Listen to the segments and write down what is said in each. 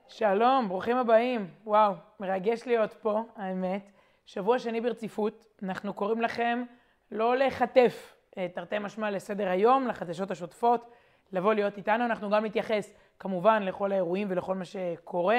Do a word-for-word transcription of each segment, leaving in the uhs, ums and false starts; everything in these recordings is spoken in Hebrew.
שלום, ברוכים הבאים. וואו, מרגש להיות פה, האמת. שבוע שני ברציפות, אנחנו קוראים לכם לא לחטף תרתי משמע לסדר היום, לחדשות השוטפות, לבוא להיות איתנו. אנחנו גם נתייחס כמובן לכל האירועים ולכל מה שקורה,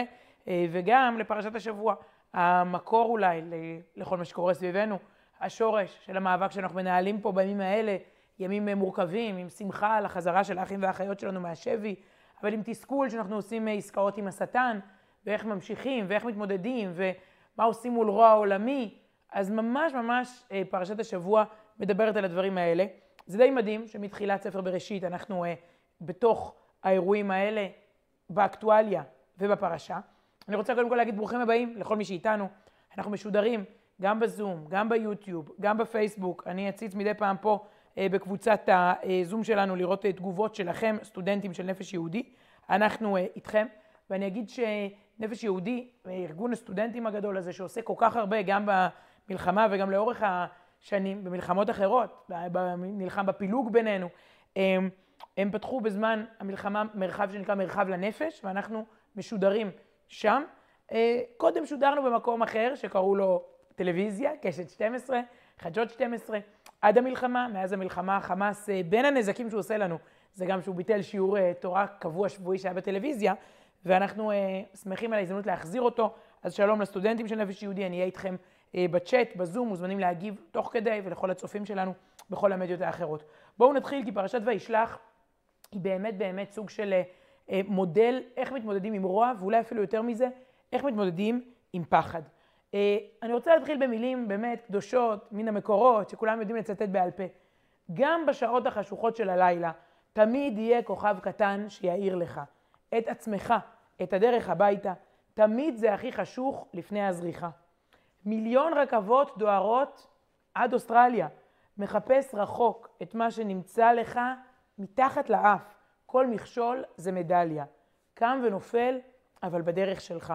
וגם לפרשת השבוע, המקור אולי לכל מה שקורה סביבנו, השורש של המאבק שאנחנו מנהלים פה בימים האלה, ימים מורכבים, עם שמחה על החזרה של האחים והאחיות שלנו מהשבי, אבל עם תסכול שאנחנו עושים עסקאות עם השטן, ואיך ממשיכים, ואיך מתמודדים, ומה עושים מול רוע עולמי. אז ממש ממש פרשת השבוע מדברת על הדברים האלה. זה די מדהים שמתחילת ספר בראשית אנחנו בתוך האירועים האלה, באקטואליה ובפרשה. אני רוצה קודם כל להגיד ברוכים הבאים לכל מי שאיתנו. אנחנו משודרים גם בזום, גם ביוטיוב, גם בפייסבוק. אני אציץ מדי פעם פה בקבוצת הזום שלנו לראות תגובות שלכם, סטודנטים של נפש יהודי. אנחנו איתכם, ואני אגיד שנפש יהודי, ארגון הסטודנטים הגדול הזה שעושה כל כך הרבה, גם במלחמה וגם לאורך השנים, במלחמות אחרות, נלחם בפילוג בינינו, הם, הם פתחו בזמן המלחמה מרחב שנקרא מרחב לנפש, ואנחנו משודרים שם. קודם שודרנו במקום אחר שקראו לו טלוויזיה, קשת שתים עשרה, חדשות שתים עשרה, עד המלחמה. מאז המלחמה החמאס, בין הנזקים שהוא עושה לנו, זה גם שהוא ביטל שיעור תורה קבוע שבועי שהיה בטלוויזיה, ואנחנו שמחים על ההזדמנות להחזיר אותו. אז שלום לסטודנטים של נפש יהודי, אני אהיה איתכם בצ'אט, בזום, מוזמנים להגיב תוך כדי, ולכל הצופים שלנו בכל המדיות האחרות. בואו נתחיל, כי פרשת וישלח היא באמת באמת סוג של מודל איך מתמודדים עם רוע, ואולי אפילו יותר מזה, איך מתמודדים עם פחד. אני רוצה להתחיל במילים באמת קדושות, מן המקורות, שכולם יודעים לצטט בעל פה. גם בשעות החשוכות של הלילה, תמיד יהיה כוכב קטן שיעיר לך. את עצמך, את הדרך הביתה, תמיד זה הכי חשוך לפני הזריחה. מיליון רכבות דוהרות עד אוסטרליה, מחפש רחוק את מה שנמצא לך מתחת לאף. כל מכשול זה מדליה. קם ונופל, אבל בדרך שלך.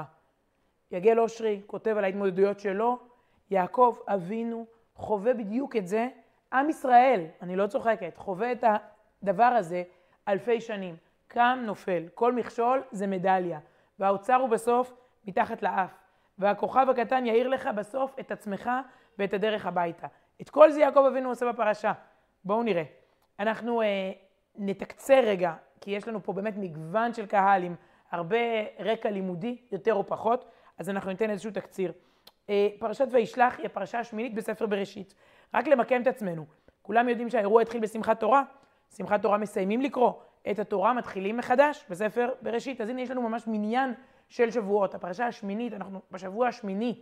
יגל אושרי כותב על ההתמודדויות שלו, יעקב אבינו חווה בדיוק את זה, עם ישראל, אני לא צוחקת, חווה את הדבר הזה אלפי שנים. קם נופל, כל מכשול זה מדליה, והאוצר הוא בסוף מתחת לאף, והכוכב הקטן יאיר לך בסוף את עצמך ואת הדרך הביתה. את כל זה יעקב אבינו עושה בפרשה. בואו נראה. אנחנו אה, נתקצר רגע, כי יש לנו פה באמת מגוון של קהל עם הרבה רקע לימודי, יותר או פחות, אז אנחנו ניתן איזשהו תקציר. פרשת וישלח היא הפרשה השמינית בספר בראשית. רק למקם את עצמנו. כולם יודעים שהאירוע התחיל בשמחת תורה. שמחת תורה מסיימים לקרוא. את התורה מתחילים מחדש בספר בראשית. אז הנה יש לנו ממש מניין של שבועות. הפרשה השמינית, אנחנו בשבוע השמיני,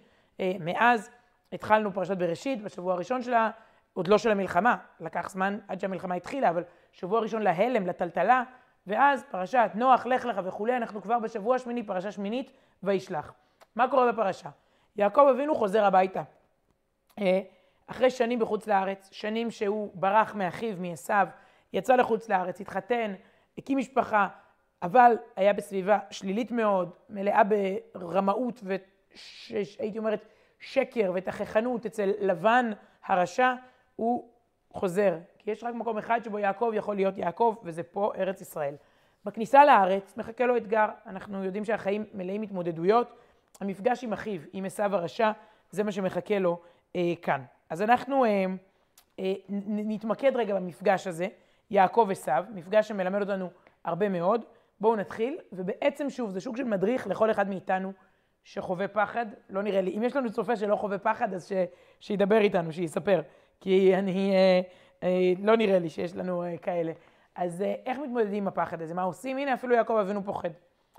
מאז התחלנו פרשת בראשית, בשבוע הראשון שלה, עוד לא של המלחמה. לקח זמן עד שהמלחמה התחילה, אבל שבוע ראשון להלם, לטלטלה, ואז פרשת נוח, לך לך וכו'. אנחנו כבר בשבוע השמיני, פרשה שמינית, וישלח. מה קורה בפרשה? יעקב אבינו חוזר הביתה. אחרי שנים בחוץ לארץ, שנים שהוא ברח מאחיו, מעשיו, יצא לחוץ לארץ, התחתן, הקים משפחה, אבל היה בסביבה שלילית מאוד, מלאה ברמאות והייתי אומרת שקר ותכחנות אצל לבן הרשע, הוא חוזר. כי יש רק מקום אחד שבו יעקב יכול להיות יעקב, וזה פה ארץ ישראל. בכניסה לארץ מחכה לו אתגר, אנחנו יודעים שהחיים מלאים התמודדויות, המפגש עם אחיו, עם עשיו הרשע, זה מה שמחכה לו אה, כאן. אז אנחנו אה, אה, נתמקד רגע במפגש הזה, יעקב עשיו, מפגש שמלמד אותנו הרבה מאוד. בואו נתחיל, ובעצם שוב, זה שוק של מדריך לכל אחד מאיתנו שחווה פחד. לא נראה לי, אם יש לנו צופה שלא חווה פחד, אז ש, שידבר איתנו, שיספר, כי אני, אה, אה, לא נראה לי שיש לנו אה, כאלה. אז אה, איך מתמודדים עם הפחד הזה? מה עושים? הנה, אפילו יעקב אבינו פוחד.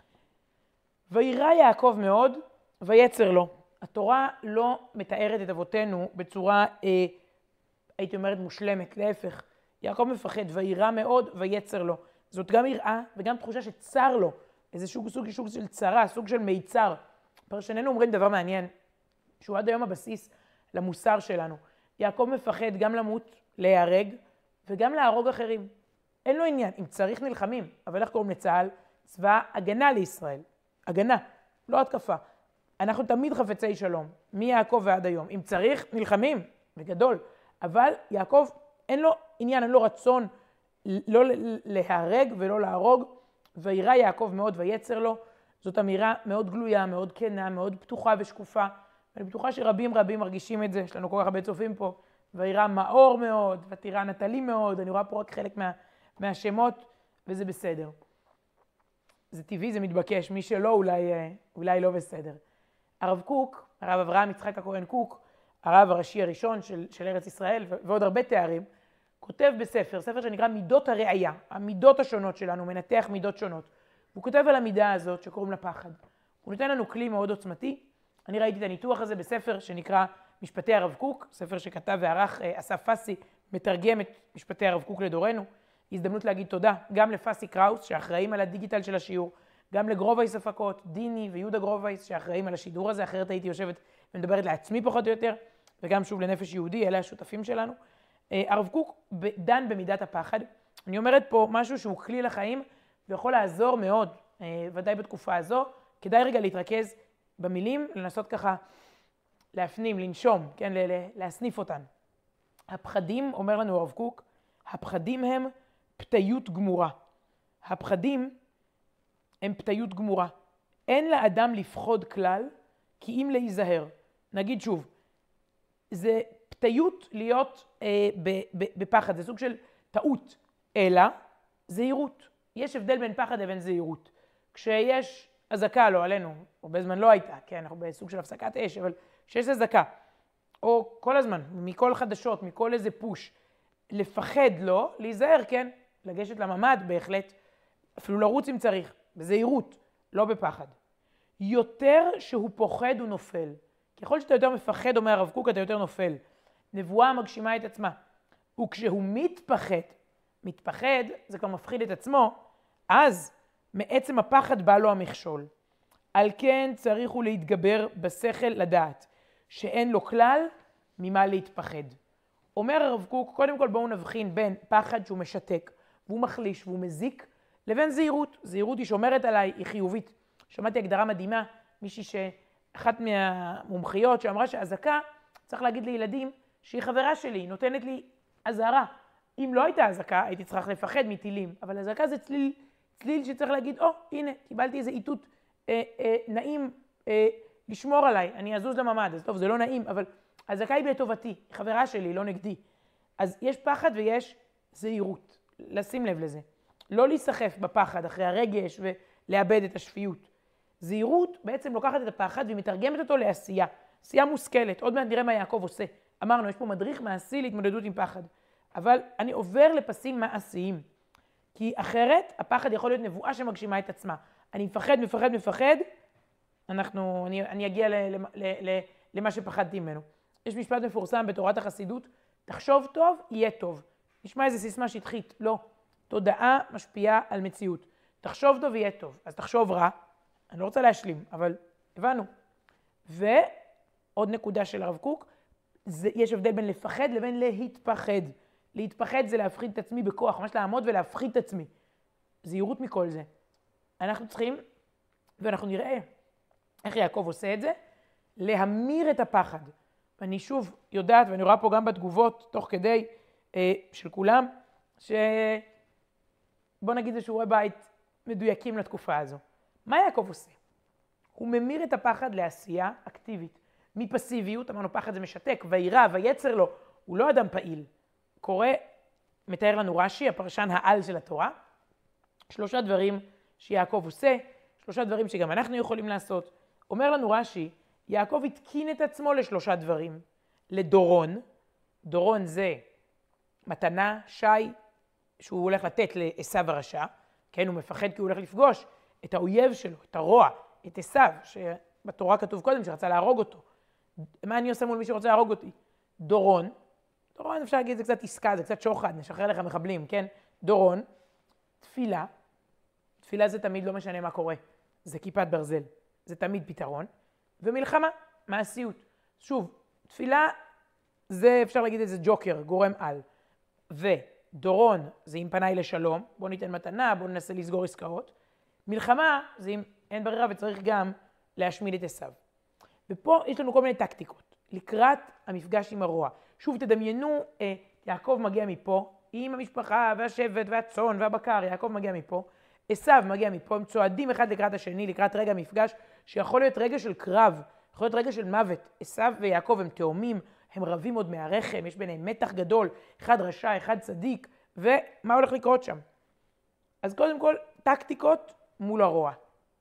וירא יעקב מאוד, ויצר לו. התורה לא מתארת את אבותינו בצורה, אה, הייתי אומרת, מושלמת. להפך, יעקב מפחד, וירא מאוד, ויצר לו. זאת גם יראה וגם תחושה שצר לו. איזה סוג, סוג, סוג של צרה, סוג של מיצר. פרשנינו אומרים דבר מעניין, שהוא עד היום הבסיס למוסר שלנו. יעקב מפחד גם למות, להיהרג, וגם להרוג אחרים. אין לו עניין, אם צריך נלחמים, אבל איך קוראים לצה"ל? צבא הגנה לישראל. הגנה, לא התקפה. אנחנו תמיד חפצי שלום, מיעקב ועד היום. אם צריך, נלחמים, בגדול. אבל יעקב, אין לו עניין, אין לו רצון לא להרג ולא להרוג. וירא יעקב מאוד ויצר לו. זאת אמירה מאוד גלויה, מאוד כנה, מאוד פתוחה ושקופה. אני בטוחה שרבים רבים מרגישים את זה, יש לנו כל כך הרבה צופים פה. ואירה מאור מאוד, ותירה נטלי מאוד, אני רואה פה רק חלק מה, מהשמות, וזה בסדר. זה טבעי, זה מתבקש, מי שלא אולי, אולי לא בסדר. הרב קוק, הרב אברהם יצחק הכהן קוק, הרב הראשי הראשון של, של ארץ ישראל, ועוד הרבה תארים, כותב בספר, ספר שנקרא מידות הראייה, המידות השונות שלנו, מנתח מידות שונות. הוא כותב על המידה הזאת שקוראים לה פחד. הוא נותן לנו כלי מאוד עוצמתי. אני ראיתי את הניתוח הזה בספר שנקרא משפטי הרב קוק, ספר שכתב וערך אסף פסי, מתרגם את משפטי הרב קוק לדורנו. הזדמנות להגיד תודה גם לפסי קראוס, שאחראים על הדיגיטל של השיעור, גם לגרובייס הפקות, דיני ויהודה גרובייס, שאחראים על השידור הזה, אחרת הייתי יושבת ומדברת לעצמי פחות או יותר, וגם שוב לנפש יהודי, אלה השותפים שלנו. הרב קוק דן במידת הפחד. אני אומרת פה משהו שהוא כלי לחיים, ויכול לעזור מאוד, ודאי בתקופה הזו. כדאי רגע להתרכז במילים, לנסות ככה להפנים, לנשום, כן, להסניף אותן. הפחדים, אומר לנו הרב קוק, הפחדים הם פתיות גמורה. הפחדים הם פתיות גמורה. אין לאדם לפחוד כלל, כי אם להיזהר. נגיד שוב, זה פתיות להיות אה, בפחד, זה סוג של טעות, אלא זהירות. יש הבדל בין פחד לבין זהירות. כשיש אזעקה, לא עלינו, הרבה זמן לא הייתה, כן, אנחנו בסוג של הפסקת אש, אבל כשיש אזעקה, או כל הזמן, מכל חדשות, מכל איזה פוש, לפחד לו, להיזהר, כן, לגשת לממד בהחלט, אפילו לרוץ אם צריך, בזהירות, לא בפחד. יותר שהוא פוחד הוא נופל. ככל שאתה יותר מפחד, אומר הרב קוק, אתה יותר נופל. נבואה מגשימה את עצמה. וכשהוא מתפחד, מתפחד, זה כבר מפחיד את עצמו, אז מעצם הפחד בא לו המכשול. על כן צריך הוא להתגבר בשכל לדעת, שאין לו כלל ממה להתפחד. אומר הרב קוק, קודם כל בואו נבחין בין פחד שהוא משתק, והוא מחליש והוא מזיק, לבין זהירות. זהירות היא שומרת עליי, היא חיובית. שמעתי הגדרה מדהימה, מישהי שאחת מהמומחיות שאמרה שהזעקה, צריך להגיד לילדים שהיא חברה שלי, היא נותנת לי אזהרה. אם לא הייתה הזעקה, הייתי צריך לפחד מטילים, אבל הזעקה זה צליל, צליל שצריך להגיד, או, oh, הנה, קיבלתי איזה איתות אה, אה, נעים אה, לשמור עליי, אני אזוז לממד, אז טוב, זה לא נעים, אבל הזעקה היא לטובתי, היא חברה שלי, לא נגדי. אז יש פחד ויש זהירות, לשים לב לזה. לא להיסחף בפחד אחרי הרגש ולאבד את השפיות. זהירות בעצם לוקחת את הפחד והיא מתרגמת אותו לעשייה. עשייה מושכלת, עוד מעט נראה מה יעקב עושה. אמרנו, יש פה מדריך מעשי להתמודדות עם פחד. אבל אני עובר לפסים מעשיים. כי אחרת הפחד יכול להיות נבואה שמגשימה את עצמה. אני מפחד, מפחד, מפחד, אנחנו, אני, אני אגיע ל, ל, ל, ל, למה שפחדתי ממנו. יש משפט מפורסם בתורת החסידות, תחשוב טוב, יהיה טוב. נשמע איזה סיסמה שטחית, לא. תודעה משפיעה על מציאות. תחשוב טוב, יהיה טוב. אז תחשוב רע, אני לא רוצה להשלים, אבל הבנו. ועוד נקודה של הרב קוק, זה, יש הבדל בין לפחד לבין להתפחד. להתפחד זה להפחיד את עצמי בכוח, ממש לעמוד ולהפחיד את עצמי. זהירות מכל זה. אנחנו צריכים, ואנחנו נראה איך יעקב עושה את זה, להמיר את הפחד. ואני שוב יודעת, ואני רואה פה גם בתגובות, תוך כדי אה, של כולם, שבוא נגיד זה שיעורי בית מדויקים לתקופה הזו. מה יעקב עושה? הוא ממיר את הפחד לעשייה אקטיבית. מפסיביות, אמרנו פחד זה משתק, וירא, ויצר לו, הוא לא אדם פעיל. קורא, מתאר לנו רש"י, הפרשן העל של התורה, שלושה דברים שיעקב עושה, שלושה דברים שגם אנחנו יכולים לעשות. אומר לנו רש"י, יעקב התקין את עצמו לשלושה דברים. לדורון, דורון זה מתנה, שי, שהוא הולך לתת לעשיו הרשע, כן, הוא מפחד כי הוא הולך לפגוש את האויב שלו, את הרוע, את עשיו, שבתורה כתוב קודם שרצה להרוג אותו. מה אני עושה מול מי שרוצה להרוג אותי? דורון, דורון אפשר להגיד זה קצת עסקה, זה קצת שוחד, נשחרר לך מחבלים, כן? דורון, תפילה, תפילה זה תמיד לא משנה מה קורה, זה כיפת ברזל, זה תמיד פתרון, ומלחמה, מעשיות. שוב, תפילה זה אפשר להגיד איזה ג'וקר, גורם על, ודורון זה אם פניי לשלום, בוא ניתן מתנה, בוא ננסה לסגור עסקאות, מלחמה זה אם אין ברירה וצריך גם להשמיד את עשיו. ופה יש לנו כל מיני טקטיקות, לקראת המפגש עם הרוע. שוב תדמיינו, אה, יעקב מגיע מפה, עם המשפחה והשבט והצאן והבקר, יעקב מגיע מפה, עשיו מגיע מפה, הם צועדים אחד לקראת השני, לקראת רגע מפגש, שיכול להיות רגע של קרב, יכול להיות רגע של מוות. עשיו ויעקב הם תאומים, הם רבים עוד מהרחם, יש ביניהם מתח גדול, אחד רשע, אחד צדיק, ומה הולך לקרות שם? אז קודם כל, טקטיקות מול הרוע.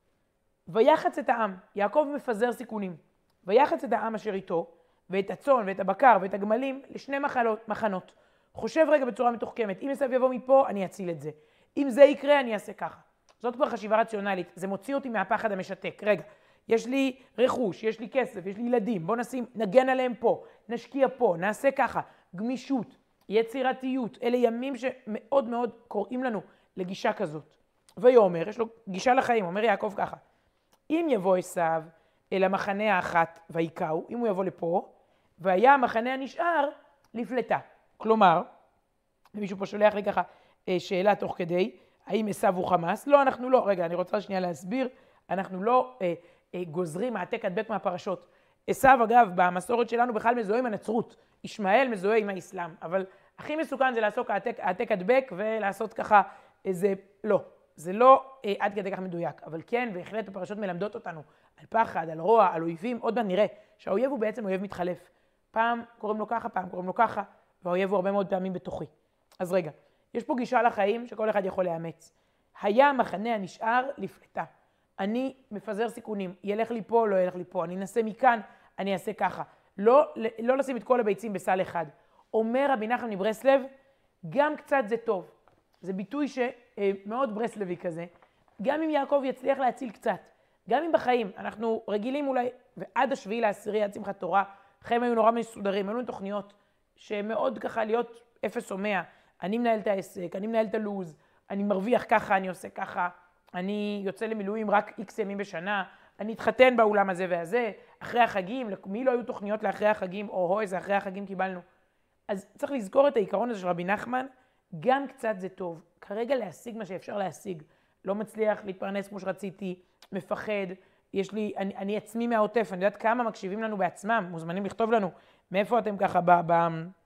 ויחץ את העם, יעקב מפזר סיכונים, ויחץ את העם אשר איתו, ואת הצאן ואת הבקר ואת הגמלים לשני מחנות, מחנות. חושב רגע בצורה מתוחכמת, אם עשיו יבוא מפה, אני אציל את זה. אם זה יקרה, אני אעשה ככה. זאת כבר חשיבה רציונלית, זה מוציא אותי מהפחד המשתק. רגע, יש לי רכוש, יש לי כסף, יש לי ילדים, בוא נשים, נגן עליהם פה, נשקיע פה, נעשה ככה. גמישות, יצירתיות, אלה ימים שמאוד מאוד קוראים לנו לגישה כזאת. ויאמר, יש לו גישה לחיים, אומר יעקב ככה, אם יבוא עשיו אל המחנה האחת ויקעו, אם הוא יבוא לפה, והיה המחנה הנשאר לפלטה. כלומר, מישהו פה שולח לי ככה שאלה תוך כדי, האם עשיו הוא חמאס? לא, אנחנו לא. רגע, אני רוצה שנייה להסביר, אנחנו לא אה, אה, גוזרים העתק הדבק מהפרשות. עשיו, אגב, במסורת שלנו בכלל מזוהה עם הנצרות. ישמעאל מזוהה עם האסלאם, אבל הכי מסוכן זה לעשות העתק, העתק הדבק ולעשות ככה איזה, לא. זה לא אה, עד כדי כך מדויק, אבל כן, בהחלט הפרשות מלמדות אותנו על פחד, על רוע, על אויבים. עוד מעט נראה שהאויב הוא בעצם אויב מתחלף. פעם קוראים לו ככה, פעם קוראים לו ככה, והאויב הוא הרבה מאוד פעמים בתוכי. אז רגע, יש פה גישה לחיים שכל אחד יכול לאמץ. היה המחנה הנשאר לפלטה. אני מפזר סיכונים, ילך לי פה, לא ילך לי פה, אני אנסה מכאן, אני אעשה ככה. לא, לא לשים את כל הביצים בסל אחד. אומר רבי נחמן מברסלב, גם קצת זה טוב. זה ביטוי שמאוד ברסלבי כזה. גם אם יעקב יצליח להציל קצת, גם אם בחיים אנחנו רגילים אולי, ועד השביעי לעשירי, עד שמחת תורה, חיים היו נורא מסודרים, היו לנו תוכניות שמאוד ככה להיות אפס או מאה. אני מנהל את העסק, אני מנהל את הלוז, אני מרוויח ככה, אני עושה ככה, אני יוצא למילואים רק איקס ימים בשנה, אני אתחתן באולם הזה והזה, אחרי החגים, מי לא היו תוכניות לאחרי החגים, או איזה אחרי החגים קיבלנו. אז צריך לזכור את העיקרון הזה של רבי נחמן, גם קצת זה טוב, כרגע להשיג מה שאפשר להשיג, לא מצליח להתפרנס כמו שרציתי, מפחד, יש לי, אני, אני עצמי מהעוטף, אני יודעת כמה מקשיבים לנו בעצמם, מוזמנים לכתוב לנו, מאיפה אתם ככה ב, ב,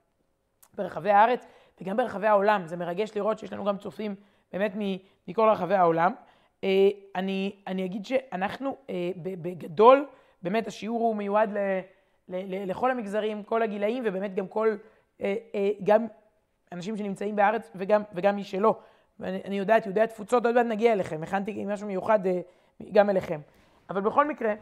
ברחבי הארץ, וגם ברחבי העולם. זה מרגש לראות שיש לנו גם צופים באמת מכל רחבי העולם. אני, אני אגיד שאנחנו בגדול, באמת השיעור הוא מיועד ל, ל, ל, לכל המגזרים, כל הגילאים, ובאמת גם כל, גם אנשים שנמצאים בארץ וגם, וגם מי שלא. ואני, אני יודעת, יהודי התפוצות, עוד מעט נגיע אליכם, הכנתי משהו מיוחד גם אליכם. אבל בכל מקרה,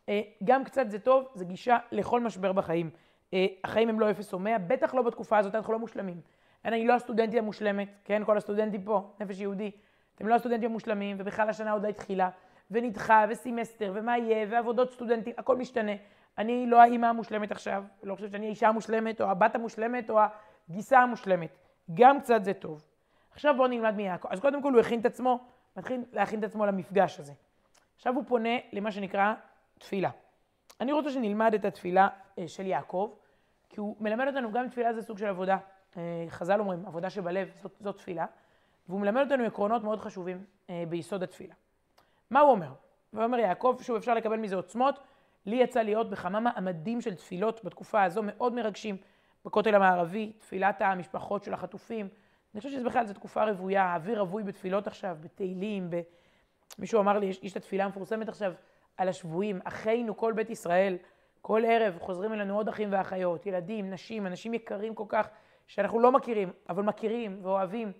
גם קצת זה טוב, זה גישה לכל משבר בחיים. החיים הם לא אפס או מאה, בטח לא בתקופה הזאת, אנחנו לא מושלמים. אני לא הסטודנטית המושלמת, כן, כל הסטודנטים פה, נפש יהודי, אתם לא הסטודנטים המושלמים, ובכלל השנה עוד התחילה, ונדחה, וסימסטר, ומה יהיה, ועבודות סטודנטים, הכל משתנה. אני לא האמא המושלמת עכשיו, לא חושבת שאני האישה המושלמת, או הבת המושלמת, או הגיסה המושלמת. גם קצת זה טוב. עכשיו בואו נלמד מיעקב. אז קודם כל הוא הכין את עצמו, מתחיל להכין את עצמו למפגש הזה. עכשיו הוא פונה למה שנקרא תפילה. אני רוצה שנלמד את התפילה של יעקב, כי הוא מלמד אותנו גם תפילה זה סוג של עבודה. חז"ל אומרים, עבודה שבלב, זאת, זאת תפילה. והוא מלמד אותנו עקרונות מאוד חשובים ביסוד התפילה. מה הוא אומר? הוא אומר יעקב, שוב אפשר לקבל מזה עוצמות, לי יצא להיות בכמה מעמדים של תפילות בתקופה הזו, מאוד מרגשים בכותל המערבי, תפילת המשפחות של החטופים. אני חושב שזה בכלל, זו תקופה רבויה, האוויר רבוי בתפילות עכשיו, בתהילים, ב... מישהו אמר לי, יש, יש את התפילה המפורסמת עכשיו על השבויים, אחינו כל בית ישראל, כל ערב חוזרים אלינו עוד אחים ואחיות, ילדים, נשים, אנשים יקרים כל כך, שאנחנו לא מכירים, אבל מכירים ואוהבים.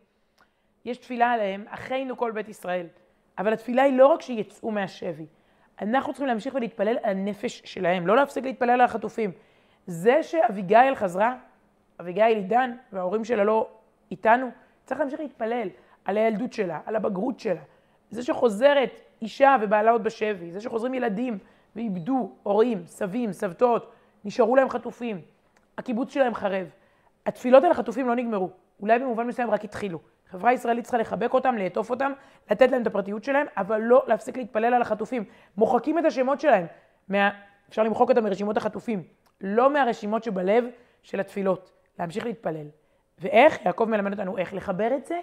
יש תפילה עליהם, אחינו כל בית ישראל. אבל התפילה היא לא רק שיצאו מהשבי. אנחנו צריכים להמשיך ולהתפלל על הנפש שלהם, לא להפסיק להתפלל על החטופים. זה שאביגיל חזרה, אביגיל עידן, וההורים שלה לא איתנו, צריך להמשיך להתפלל על הילדות שלה, על הבגרות שלה. זה שחוזרת אישה ובעלה עוד בשבי, זה שחוזרים ילדים ואיבדו הורים, סבים, סבתות, נשארו להם חטופים, הקיבוץ שלהם חרב. התפילות על החטופים לא נגמרו, אולי במובן מסוים רק התחילו. חברה ישראלית צריכה לחבק אותם, לעטוף אותם, לתת להם את הפרטיות שלהם, אבל לא להפסיק להתפלל על החטופים. מוחקים את השמות שלהם, מה... אפשר למחוק אותם מרשימות החטופים, לא מהרשימות שבלב של התפילות, להמשיך להתפלל. ואיך? יעקב מלמד אותנו איך לחבר את זה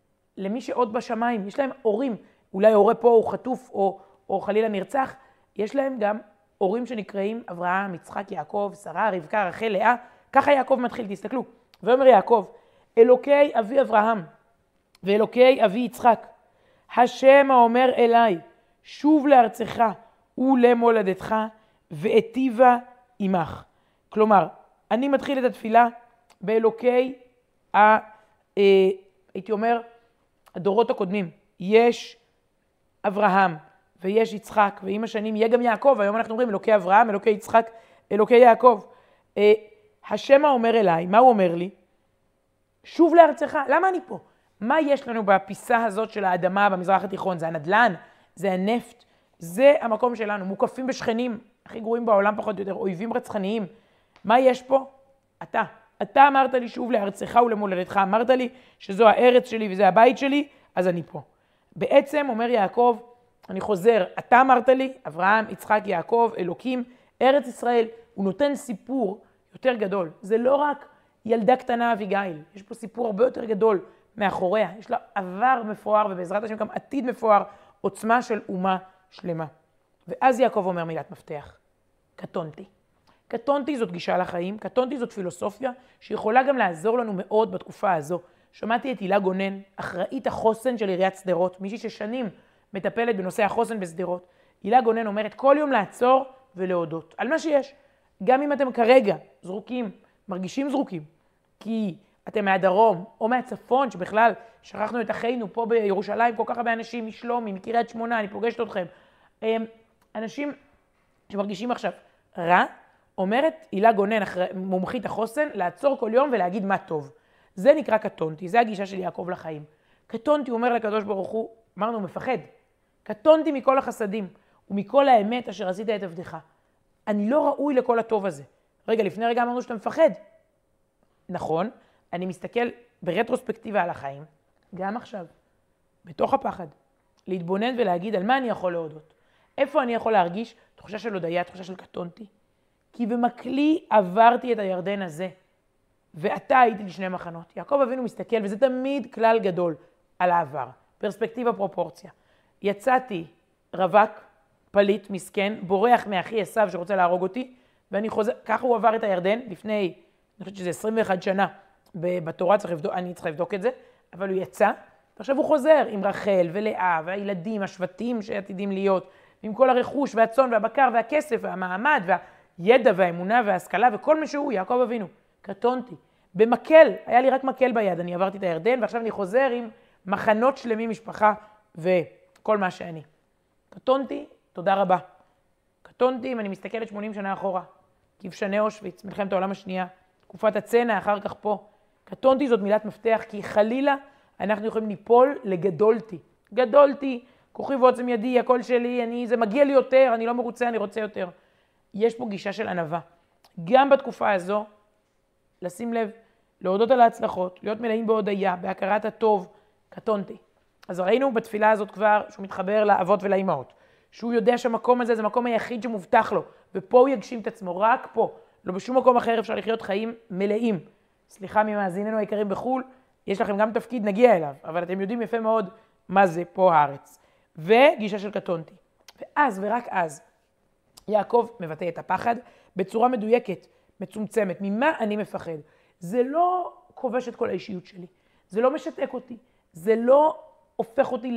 למי שעוד בשמיים. יש להם הורים, אולי הורה פה הוא חטוף או, או חלילה נרצח, יש להם גם הורים שנקראים אברהם, יצחק, יעקב, שרה, רבקה, רחל, לאה. ככה יעקב מתחיל, תסתכלו. ואומר יעקב, אלוקי אבי אברהם ואלוקי אבי יצחק, השם האומר אליי, שוב לארצך ולמולדתך ואטיבה עמך. כלומר, אני מתחיל את התפילה באלוקי, ה, אה, הייתי אומר, הדורות הקודמים. יש אברהם ויש יצחק, ועם השנים יהיה גם יעקב. היום אנחנו אומרים אלוקי אברהם, אלוקי יצחק, אלוקי יעקב. אה, השם האומר אליי, מה הוא אומר לי? שוב לארצך. למה אני פה? מה יש לנו בפיסה הזאת של האדמה במזרח התיכון? זה הנדלן, זה הנפט, זה המקום שלנו. מוקפים בשכנים, הכי גרועים בעולם פחות או יותר, אויבים רצחניים. מה יש פה? אתה. אתה אמרת לי שוב לארצך ולמולדתך. אמרת לי שזו הארץ שלי וזה הבית שלי, אז אני פה. בעצם אומר יעקב, אני חוזר, אתה אמרת לי, אברהם, יצחק, יעקב, אלוקים, ארץ ישראל. הוא נותן סיפור יותר גדול. זה לא רק ילדה קטנה אביגיל, יש פה סיפור הרבה יותר גדול מאחוריה. יש לה עבר מפואר ובעזרת השם גם עתיד מפואר, עוצמה של אומה שלמה. ואז יעקב אומר מילת מפתח, קטונתי. קטונתי זאת גישה לחיים, קטונתי זאת פילוסופיה שיכולה גם לעזור לנו מאוד בתקופה הזו. שמעתי את הילה גונן, אחראית החוסן של עיריית שדרות, מישהי ששנים מטפלת בנושא החוסן בשדרות. הילה גונן אומרת כל יום לעצור ולהודות על מה שיש. גם אם אתם כרגע זרוקים, מרגישים זרוקים, כי אתם מהדרום או מהצפון, שבכלל שכחנו את אחינו פה בירושלים, כל כך הרבה אנשים משלומי, מקריית שמונה, אני פוגשת אתכם. אנשים שמרגישים עכשיו רע, אומרת הילה גונן, מומחית החוסן, לעצור כל יום ולהגיד מה טוב. זה נקרא קטונתי, זה הגישה של יעקב לחיים. קטונתי, הוא אומר לקדוש ברוך הוא, אמרנו, מפחד. קטונתי מכל החסדים ומכל האמת אשר עשית את עבדך. אני לא ראוי לכל הטוב הזה. רגע, לפני רגע אמרנו שאתה מפחד. נכון, אני מסתכל ברטרוספקטיבה על החיים, גם עכשיו, בתוך הפחד, להתבונן ולהגיד על מה אני יכול להודות. איפה אני יכול להרגיש תחושה של הודיה, תחושה של קטונתי? כי במקלי עברתי את הירדן הזה, ואתה הייתי לשני מחנות. יעקב אבינו מסתכל, וזה תמיד כלל גדול על העבר, פרספקטיבה, פרופורציה. יצאתי רווק, פליט, מסכן, בורח מאחי עשיו שרוצה להרוג אותי, ואני חוזר, ככה הוא עבר את הירדן לפני, אני חושבת שזה עשרים ואחת שנה, בתורה צריך לבדוק, אני צריך לבדוק את זה, אבל הוא יצא, ועכשיו הוא חוזר עם רחל ולאה והילדים, השבטים שעתידים להיות, עם כל הרכוש והצאן והבקר והכסף והמעמד והידע והאמונה וההשכלה וכל מה שהוא, יעקב אבינו. קטונתי. במקל, היה לי רק מקל ביד, אני עברתי את הירדן ועכשיו אני חוזר עם מחנות שלמים, משפחה וכל מה שאני. קטונתי, תודה רבה. קטונתי אם אני מסתכלת שמונים שנה אחורה, כבשני אושוויץ, מלחמת העולם השנייה, תקופת הצנע, אחר כך פה. קטונתי זאת מילת מפתח, כי חלילה אנחנו יכולים ליפול לגדולתי. גדולתי, כוחי ועוצם ידי, הכל שלי, אני, זה מגיע לי יותר, אני לא מרוצה, אני רוצה יותר. יש פה גישה של ענווה. גם בתקופה הזו, לשים לב, להודות על ההצלחות, להיות מלאים בהודיה, בהכרת הטוב, קטונתי. אז ראינו בתפילה הזאת כבר שהוא מתחבר לאבות ולאימהות, שהוא יודע שהמקום הזה זה המקום היחיד שמובטח לו, ופה הוא יגשים את עצמו, רק פה, לא בשום מקום אחר אפשר לחיות חיים מלאים. סליחה ממאזיננו היקרים בחול, יש לכם גם תפקיד, נגיע אליו, אבל אתם יודעים יפה מאוד מה זה פה הארץ. וגישה של קטונתי. ואז ורק אז, יעקב מבטא את הפחד בצורה מדויקת, מצומצמת. ממה אני מפחד? זה לא כובש את כל האישיות שלי, זה לא משתק אותי, זה לא הופך אותי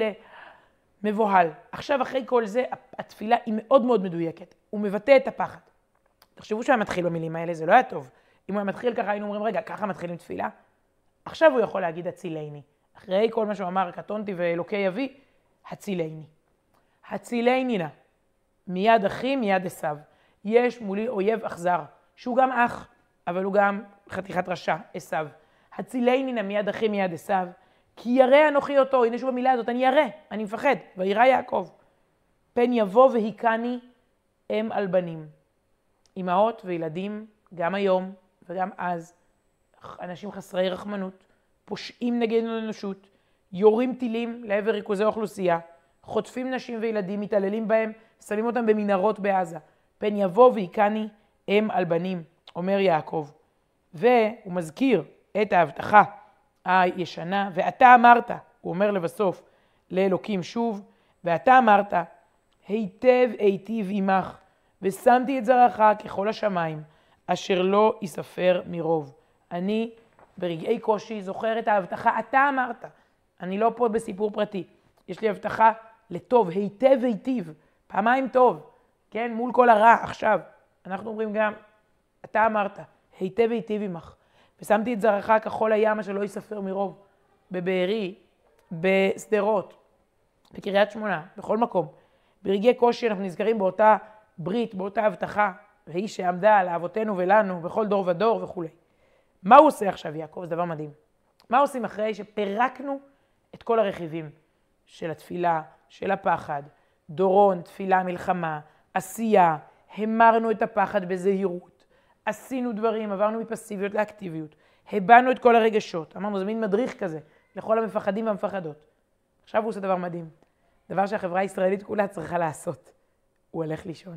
למבוהל. עכשיו אחרי כל זה, התפילה היא מאוד מאוד מדויקת. הוא מבטא את הפחד. תחשבו שהוא היה מתחיל במילים האלה, זה לא היה טוב. אם הוא היה מתחיל ככה, היינו אומרים, רגע, ככה מתחילים תפילה? עכשיו הוא יכול להגיד הצילני. אחרי כל מה שהוא אמר, קטונתי ואלוקי אבי, הצילני. הצילני נא. מיד אחי, מיד עשיו. יש מולי אויב אכזר, שהוא גם אח, אבל הוא גם חתיכת רשע, עשיו. הצילני נא מיד אחי, מיד עשיו. כי ירא אנוכי אותו, הנה שוב במילה הזאת, אני ירא, אני מפחד, וירא יעקב. פן יבוא והיקני אם על בנים. אמהות וילדים, גם היום וגם אז, אנשים חסרי רחמנות, פושעים נגד האנושות, יורים טילים לעבר ריכוזי אוכלוסייה, חוטפים נשים וילדים, מתעללים בהם, שמים אותם במנהרות בעזה. פן יבוא והיקני אם על בנים, אומר יעקב. והוא מזכיר את ההבטחה הישנה, ואתה אמרת, הוא אומר לבסוף, לאלוקים שוב, ואתה אמרת, היטב היטיב עמך, ושמתי את זרעך ככל השמיים, אשר לא יספר מרוב. אני ברגעי קושי זוכר את ההבטחה, אתה אמרת, אני לא פה בסיפור פרטי, יש לי הבטחה לטוב, היטב היטיב, פעמיים טוב, כן? מול כל הרע עכשיו. אנחנו אומרים גם, אתה אמרת, היטב היטיב עמך. ושמתי את זרעך כחול הים אשר לא יספר מרוב, בבארי, בסדרות, בקריית שמונה, בכל מקום. ברגעי קושי אנחנו נזכרים באותה ברית, באותה הבטחה, והיא שעמדה לאבותינו ולנו בכל דור ודור וכו'. מה הוא עושה עכשיו יעקב? זה דבר מדהים. מה עושים אחרי שפרקנו את כל הרכיבים של התפילה, של הפחד, דורון, תפילה, מלחמה, עשייה, המרנו את הפחד בזהירות, עשינו דברים, עברנו מפסיביות לאקטיביות, הבנו את כל הרגשות, אמרנו, זה מין מדריך כזה לכל המפחדים והמפחדות. עכשיו הוא עושה דבר מדהים, דבר שהחברה הישראלית כולה צריכה לעשות. הוא הולך לישון.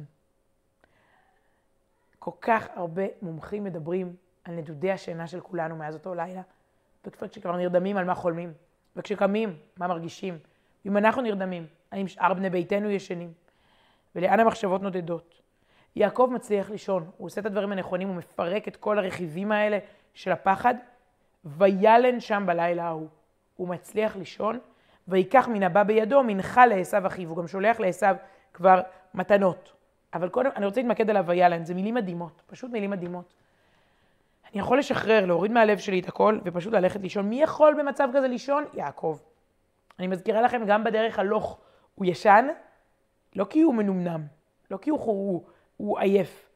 כל כך הרבה מומחים מדברים על נדודי השינה של כולנו מאז אותו לילה, וכשכבר נרדמים על מה חולמים, וכשקמים מה מרגישים, אם אנחנו נרדמים, האם שאר בני ביתנו ישנים, ולאן המחשבות נודדות. יעקב מצליח לישון, הוא עושה את הדברים הנכונים, הוא מפרק את כל הרכיבים האלה של הפחד, וילן שם בלילה ההוא. הוא מצליח לישון, ויקח מן הבא בידו מנחה לעשו אחיו, הוא גם שולח לעשו כבר מתנות. אבל קודם, אני רוצה להתמקד על הוילן, זה מילים מדהימות, פשוט מילים מדהימות. אני יכול לשחרר, להוריד מהלב שלי את הכל, ופשוט ללכת לישון. מי יכול במצב כזה לישון? יעקב. אני מזכירה לכם, גם בדרך הלוך הוא ישן, לא כי הוא מנומנם, לא כי הוא, הוא, הוא עייף,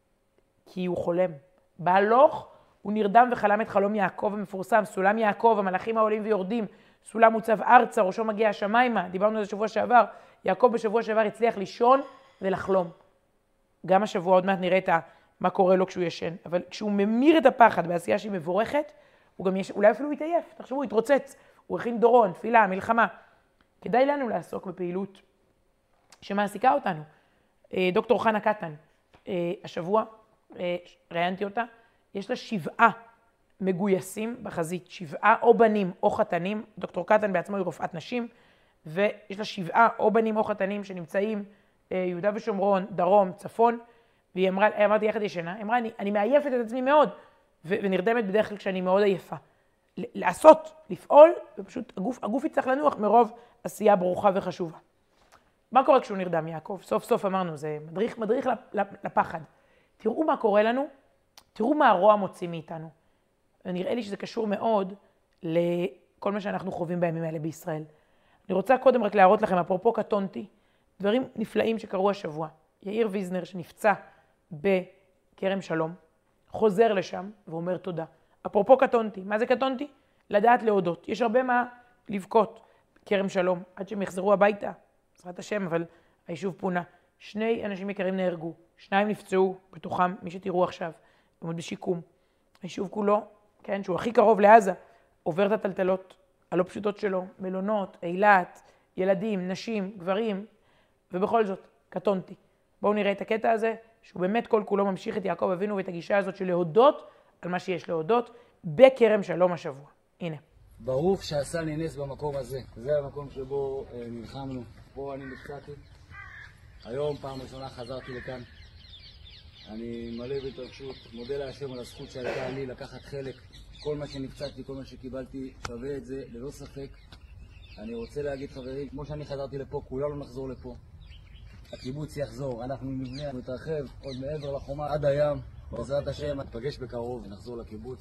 כי הוא חולם. בהלוך הוא נרדם וחלם את חלום יעקב המפורסם, סולם יעקב, המלאכים העולים ויורדים, סולם מוצב ארצה, ראשו מגיע השמיימה, דיברנו על זה שבוע שעבר, יעקב בשבוע שעבר הצליח לישון ולחלום. גם השבוע עוד מעט נראה את מה קורה לו כשהוא ישן, אבל כשהוא ממיר את הפחד בעשייה שהיא מבורכת, הוא גם יש, אולי אפילו יתעייף, תחשבו, הוא יתרוצץ, הוא הכין דורון, תפילה, מלחמה. כדאי לנו לעסוק בפעילות שמעסיקה אותנו. דוקטור חנה קטן, השבוע ראיינתי אותה, יש לה שבעה מגויסים בחזית, שבעה או בנים או חתנים, דוקטור קטן בעצמו היא רופאת נשים, ויש לה שבעה או בנים או חתנים שנמצאים יהודה ושומרון, דרום, צפון, והיא אמרה, אמרתי יחד ישנה, היא אמרה, אני, אני מעייפת את עצמי מאוד, ו- ונרדמת בדרך כלל כשאני מאוד עייפה. לעשות, לפעול, ופשוט הגוף, הגוף יצטרך לנוח מרוב עשייה ברוכה וחשובה. מה קורה כשהוא נרדם, יעקב? סוף סוף אמרנו, זה מדריך, מדריך לפחד. תראו מה קורה לנו, תראו מה הרוע מוציא מאיתנו. ונראה לי שזה קשור מאוד לכל מה שאנחנו חווים בימים האלה בישראל. אני רוצה קודם רק להראות לכם, אפרופו קטונתי, דברים נפלאים שקרו השבוע. יאיר ויזנר שנפצע בכרם שלום, חוזר לשם ואומר תודה. אפרופו קטונתי, מה זה קטונתי? לדעת להודות. יש הרבה מה לבכות כרם שלום, עד שהם יחזרו הביתה, בעזרת השם, אבל היישוב פונה. שני אנשים יקרים נהרגו, שניים נפצעו, בתוכם מי שתראו עכשיו, הם עוד בשיקום. היישוב כולו, כן, שהוא הכי קרוב לעזה, עובר את הטלטלות הלא פשוטות שלו, מלונות, אילת, ילדים, נשים, גברים, ובכל זאת, קטונתי. בואו נראה את הקטע הזה, שהוא באמת כל כולו ממשיך את יעקב אבינו ואת הגישה הזאת של להודות על מה שיש להודות בכרם שלום השבוע. הנה. ברוך שעשה לי נס במקום הזה. זה המקום שבו אה, נלחמנו. פה אני נפצעתי. היום פעם ראשונה חזרתי לכאן. אני מלא בהתרגשות, מודה להשם על הזכות שהייתה לי לקחת חלק. כל מה שנפצעתי, כל מה שקיבלתי, שווה את זה ללא ספק. אני רוצה להגיד חברים, כמו שאני חזרתי לפה, כולנו נחזור לפה. הקיבוץ יחזור, אנחנו נבנה, נתרחב עוד מעבר לחומה עד הים. בעזרת השם, נפגש בקרוב ונחזור לקיבוץ.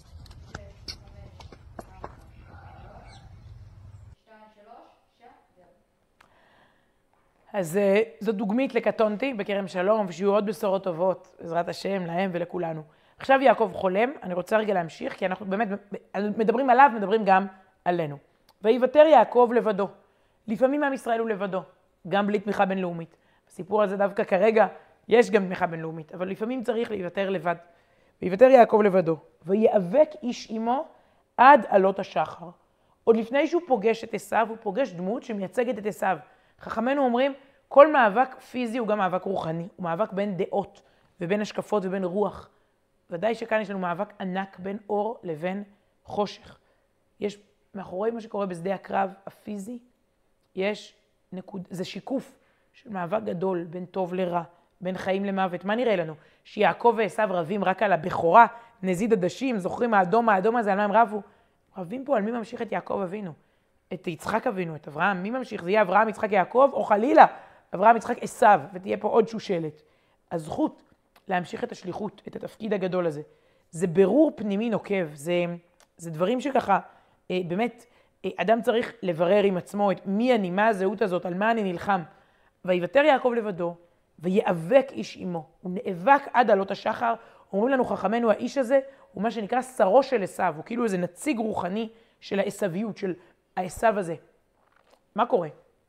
אז זו דוגמית לקטונתי בכרם שלום, ושיהיו עוד בשורות טובות, בעזרת השם, להם ולכולנו. עכשיו יעקב חולם, אני רוצה רגע להמשיך, כי אנחנו באמת מדברים עליו, מדברים גם עלינו. ויוותר יעקב לבדו. לפעמים עם ישראל הוא לבדו, גם בלי תמיכה בינלאומית. בסיפור הזה דווקא כרגע יש גם תמיכה בינלאומית, אבל לפעמים צריך להיוותר לבד. ויוותר יעקב לבדו, ויאבק איש עמו עד עלות השחר. עוד לפני שהוא פוגש את עשיו, הוא פוגש דמות שמייצגת את עשיו. חכמינו אומרים, כל מאבק פיזי הוא גם מאבק רוחני, הוא מאבק בין דעות ובין השקפות ובין רוח. ודאי שכאן יש לנו מאבק ענק בין אור לבין חושך. יש מאחורי מה שקורה בשדה הקרב הפיזי, יש נקוד, זה שיקוף של מאבק גדול בין טוב לרע, בין חיים למוות. מה נראה לנו? שיעקב ועשיו רבים רק על הבכורה, נזיד עדשים, זוכרים האדום האדום הזה, על מה הם רבו? רבים פה על מי ממשיך את יעקב אבינו. את יצחק אבינו, את אברהם, מי ממשיך? זה יהיה אברהם, יצחק, יעקב, או חלילה, אברהם, יצחק, עשיו, ותהיה פה עוד שושלת. הזכות להמשיך את השליחות, את התפקיד הגדול הזה. זה ברור פנימי נוקב, זה, זה דברים שככה, אה, באמת, אה, אדם צריך לברר עם עצמו את מי אני, מה הזהות הזאת, על מה אני נלחם. ויוותר יעקב לבדו, ויאבק איש עמו. הוא נאבק עד עלות השחר. אומרים לנו חכמנו, האיש הזה הוא מה שנקרא שרו של עשיו, הוא כאילו איזה נציג רוחני של העשוויות, של העשיו הזה. מה קורה?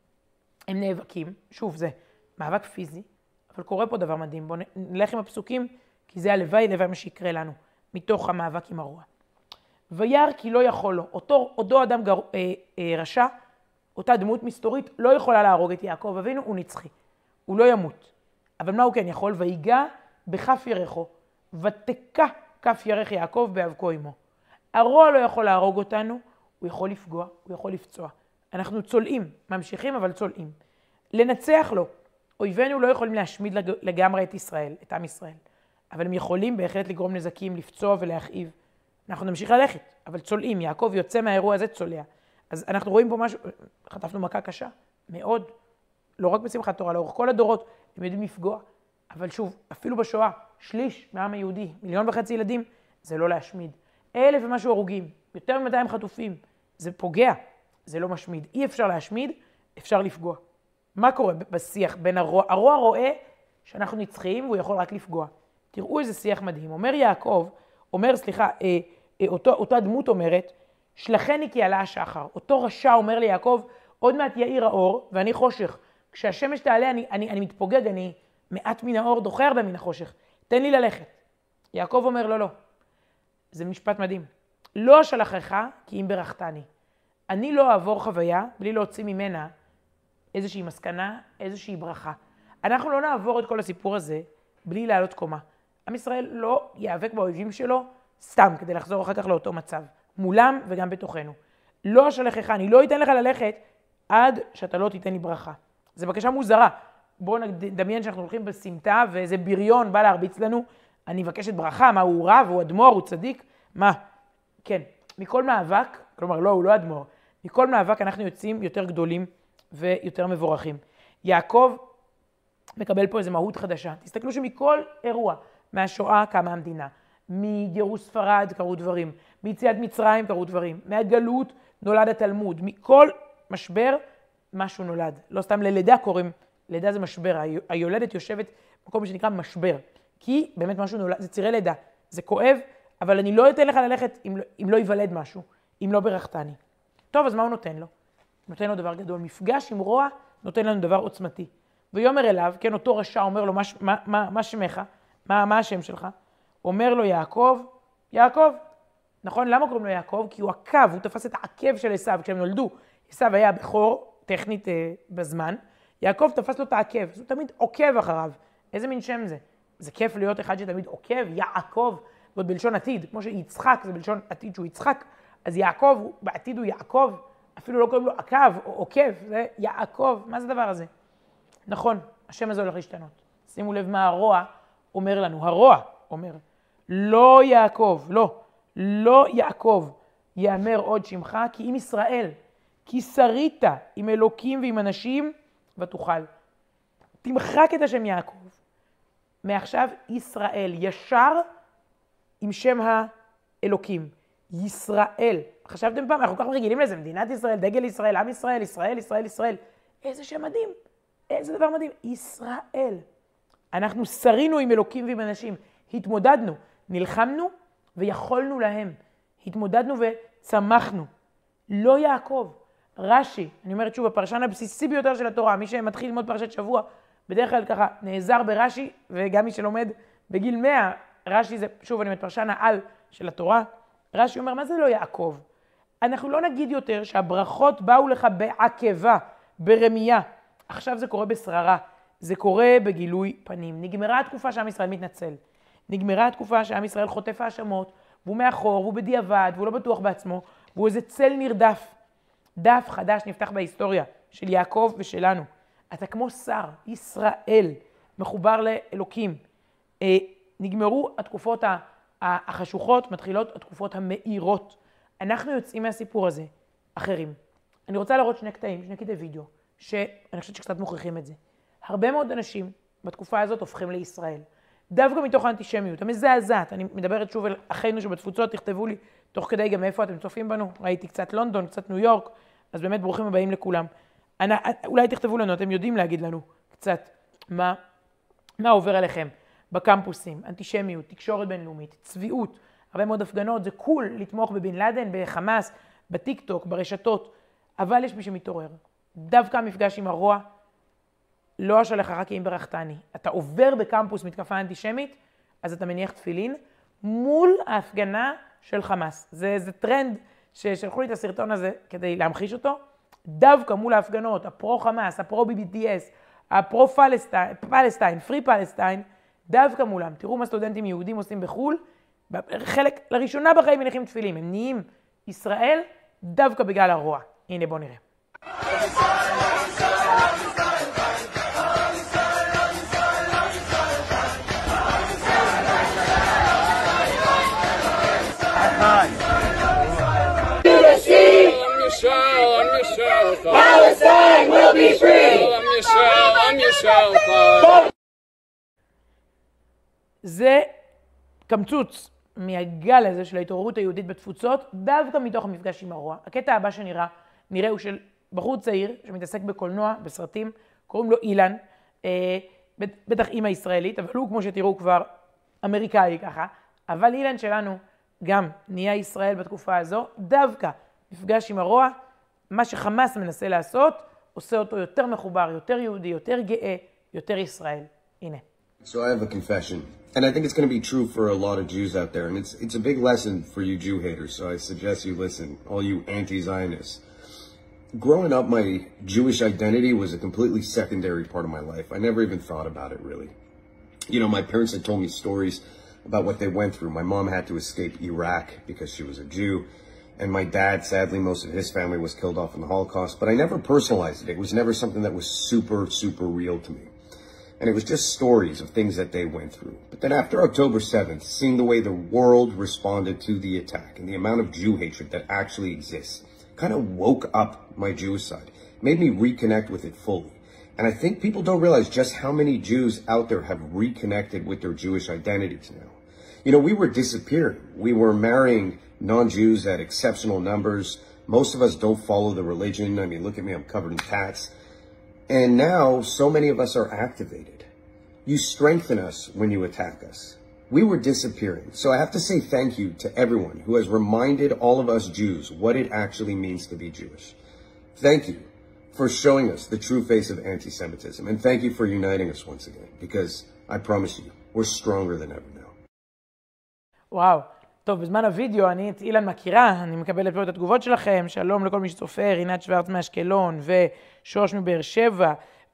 הם נאבקים, שוב זה מאבק פיזי, אבל קורה פה דבר מדהים. בואו נלך עם הפסוקים, כי זה הלוואי, לוואי מה שיקרה לנו, מתוך המאבק עם הרוע. וירא כי לא יכול לו, אותו, אותו אדם גר, אה, אה, רשע, אותה דמות מסתורית, לא יכולה להרוג את יעקב אבינו, הוא נצחי, הוא לא ימות. אבל מה הוא כן יכול? ויגע בכף ירחו, ותקע כף ירך יעקב באבקו עמו. הרוע לא יכול להרוג אותנו, הוא יכול לפגוע, הוא יכול לפצוע. אנחנו צולעים, ממשיכים אבל צולעים. לנצח לו. אויבינו לא יכולים להשמיד לגמרי את ישראל, את עם ישראל. אבל הם יכולים בהחלט לגרום נזקים, לפצוע ולהכאיב. אנחנו נמשיך ללכת, אבל צולעים. יעקב יוצא מהאירוע הזה צולע. אז אנחנו רואים פה משהו, חטפנו מכה קשה, מאוד. לא רק בשמחת תורה, לאורך כל הדורות, הם יודעים לפגוע. אבל שוב, אפילו בשואה, שליש מהעם היהודי, מיליון וחצי ילדים, זה לא להשמיד. אלף ומשהו הרוגים, יותר מ-מאתיים חטופים, זה פוגע, זה לא משמיד. אי אפשר להשמיד, אפשר לפגוע. מה קורה בשיח בין הרוע? הרוע רואה שאנחנו נצחיים והוא יכול רק לפגוע. תראו איזה שיח מדהים. אומר יעקב, אומר, סליחה, אה, אה, אותו, אותה דמות אומרת, שלחני כי עלה השחר. אותו רשע אומר ליעקב, עוד מעט יאיר האור ואני חושך. כשהשמש תעלה אני, אני, אני מתפוגג, אני מעט מן האור, דוחה הרבה מן החושך. תן לי ללכת. יעקב אומר, לא, לא. זה משפט מדהים. לא אשלחך כי אם ברכתני. אני לא אעבור חוויה בלי להוציא ממנה איזושהי מסקנה, איזושהי ברכה. אנחנו לא נעבור את כל הסיפור הזה בלי לעלות קומה. עם ישראל לא יאבק באויבים שלו סתם כדי לחזור אחר כך לאותו מצב. מולם וגם בתוכנו. לא אשלחך, אני לא אתן לך ללכת עד שאתה לא תיתן לי ברכה. זו בקשה מוזרה. בואו נדמיין שאנחנו הולכים בסמטה ואיזה בריון בא להרביץ לנו. אני מבקשת ברכה, מה הוא רב, הוא אדמו"ר, הוא צדיק. מה? כן, מכל מאבק, כלומר לא, הוא לא אדמו"ר. מכל מאבק אנחנו יוצאים יותר גדולים ויותר מבורכים. יעקב מקבל פה איזו מהות חדשה. תסתכלו שמכל אירוע, מהשואה קמה המדינה, מגירוש ספרד קרו דברים, מיציאת מצרים קרו דברים, מהגלות נולד התלמוד, מכל משבר משהו נולד. לא סתם ללידה קוראים, לידה זה משבר, היולדת יושבת במקום שנקרא משבר, כי באמת משהו נולד, זה צירי לידה, זה כואב, אבל אני לא אתן לך ללכת אם, אם לא ייוולד משהו, אם לא ברכתני. טוב, אז מה הוא נותן לו? נותן לו דבר גדול. מפגש עם רוע נותן לנו דבר עוצמתי. ויאמר אליו, כן, אותו רשע אומר לו, מה, מה, מה, מה שמך? מה, מה השם שלך? אומר לו יעקב, יעקב. נכון? למה קוראים לו יעקב? כי הוא עקב, הוא תפס את העקב של עשיו. כשהם נולדו, עשיו היה בכור, טכנית אה, בזמן. יעקב תפס לו את העקב, אז הוא תמיד עוקב אחריו. איזה מין שם זה? זה כיף להיות אחד שתמיד עוקב, יעקב, ועוד בלשון עתיד, כמו שיצחק זה בלשון עתיד שהוא יצחק, אז יעקב, בעתיד הוא יעקב, אפילו לא קוראים לו עקב או עוקב, זה יעקב, מה זה הדבר הזה? נכון, השם הזה הולך להשתנות. שימו לב מה הרוע אומר לנו, הרוע אומר, לא יעקב, לא, לא יעקב, יאמר עוד שמך, כי אם ישראל, כי שרית עם אלוקים ועם אנשים, ותוכל. תמחק את השם יעקב. מעכשיו ישראל, ישר עם שם האלוקים. ישראל. חשבתם פעם, אנחנו כל כך רגילים לזה, מדינת ישראל, דגל ישראל, עם ישראל, ישראל, ישראל, ישראל. איזה שם מדהים. איזה דבר מדהים. ישראל. אנחנו שרינו עם אלוקים ועם אנשים. התמודדנו, נלחמנו ויכולנו להם. התמודדנו וצמחנו. לא יעקב. רש"י, אני אומרת שוב, הפרשן הבסיסי ביותר של התורה, מי שמתחיל ללמוד פרשת שבוע, בדרך כלל ככה נעזר ברש"י, וגם מי שלומד בגיל מאה, רש"י זה, שוב, אני אומרת, פרשן העל של התורה, רש"י אומר, מה זה לא יעקב? אנחנו לא נגיד יותר שהברכות באו לך בעקבה, ברמייה. עכשיו זה קורה בשררה, זה קורה בגילוי פנים. נגמרה התקופה שעם ישראל מתנצל. נגמרה התקופה שעם ישראל חוטף האשמות, והוא מאחור, והוא בדיעבד, והוא לא בטוח בעצמו, והוא איזה צל נרדף. דף חדש נפתח בהיסטוריה של יעקב ושלנו. אתה כמו שר, ישראל, מחובר לאלוקים. אה, נגמרו התקופות החשוכות, מתחילות התקופות המאירות. אנחנו יוצאים מהסיפור הזה אחרים. אני רוצה להראות שני קטעים, שני קטעי וידאו, שאני חושבת שקצת מוכיחים את זה. הרבה מאוד אנשים בתקופה הזאת הופכים לישראל. דווקא מתוך האנטישמיות, המזעזעת. אני מדברת שוב על אחינו שבתפוצות, תכתבו לי תוך כדי גם איפה אתם צופים בנו. ראיתי קצת לונדון, קצת ניו יורק, אז באמת ברוכים הבאים לכולם. אני, אולי תכתבו לנו, אתם יודעים להגיד לנו קצת מה, מה עובר עליכם בקמפוסים, אנטישמיות, תקשורת בינלאומית, צביעות, הרבה מאוד הפגנות, זה קול לתמוך בבן לאדן, בחמאס, בטיק טוק, ברשתות, אבל יש מי שמתעורר. דווקא המפגש עם הרוע, לא אשלך רק אם ברכתני. אתה עובר בקמפוס מתקפה אנטישמית, אז אתה מניח תפילין, מול ההפגנה של חמאס. זה, זה טרנד ששלחו לי את הסרטון הזה כדי להמחיש אותו, דווקא מול ההפגנות, הפרו-חמאס, הפרו-בי בי טי אס, הפרו-פלסטיין, פרי פלסטיין, דווקא מולם. תראו מה סטודנטים יהודים עושים בחול, חלק, לראשונה בחיים מניחים תפילים, הם נהיים ישראל דווקא בגלל הרוע. הנה בואו נראה. Palestine will be free. זה קמצוץ מהגל הזה של ההתעוררות היהודית בתפוצות, דווקא מתוך המפגש עם הרוע. הקטע הבא שנראה, נראה הוא של בחור צעיר שמתעסק בקולנוע, בסרטים, קוראים לו אילן, אה, בטח אימא ישראלית, אבל הוא כמו שתראו כבר אמריקאי ככה, אבל אילן שלנו גם נהיה ישראל בתקופה הזו, דווקא מפגש עם הרוע, מה שחמאס מנסה לעשות, עושה אותו יותר מחובר, יותר יהודי, יותר גאה, יותר ישראל. הנה. So I have a confession, and I think it's going to be true for a lot of Jews out there, and it's it's a big lesson for you Jew haters, so I suggest you listen, all you anti-Zionists. Growing up, my Jewish identity was a completely secondary part of my life. I never even thought about it, really. You know, my parents had told me stories about what they went through. My mom had to escape Iraq because she was a Jew, and my dad, sadly, most of his family was killed off in the Holocaust, but I never personalized it. It was never something that was super, super real to me. And it was just stories of things that they went through. But then after October seventh, seeing the way the world responded to the attack and the amount of Jew hatred that actually exists kind of woke up my Jewish side, made me reconnect with it fully. And I think people don't realize just how many Jews out there have reconnected with their Jewish identities now. You know, we were disappearing. We were marrying non-Jews at exceptional numbers. Most of us don't follow the religion. I mean, look at me, I'm covered in tats. And now, so many of us are activated. You strengthen us when you attack us. We were disappearing. So I have to say thank you to everyone who has reminded all of us Jews what it actually means to be Jewish. Thank you for showing us the true face of anti-Semitism. And thank you for uniting us once again. Because I promise you, we're stronger than ever now. וואו. טוב, בזמן הוידאו אני את אילן מכירה, אני מקבלת פה את התגובות שלכם, שלום לכל מי שצופה, רינת שוורץ מאשקלון, ושוש מבאר שבע,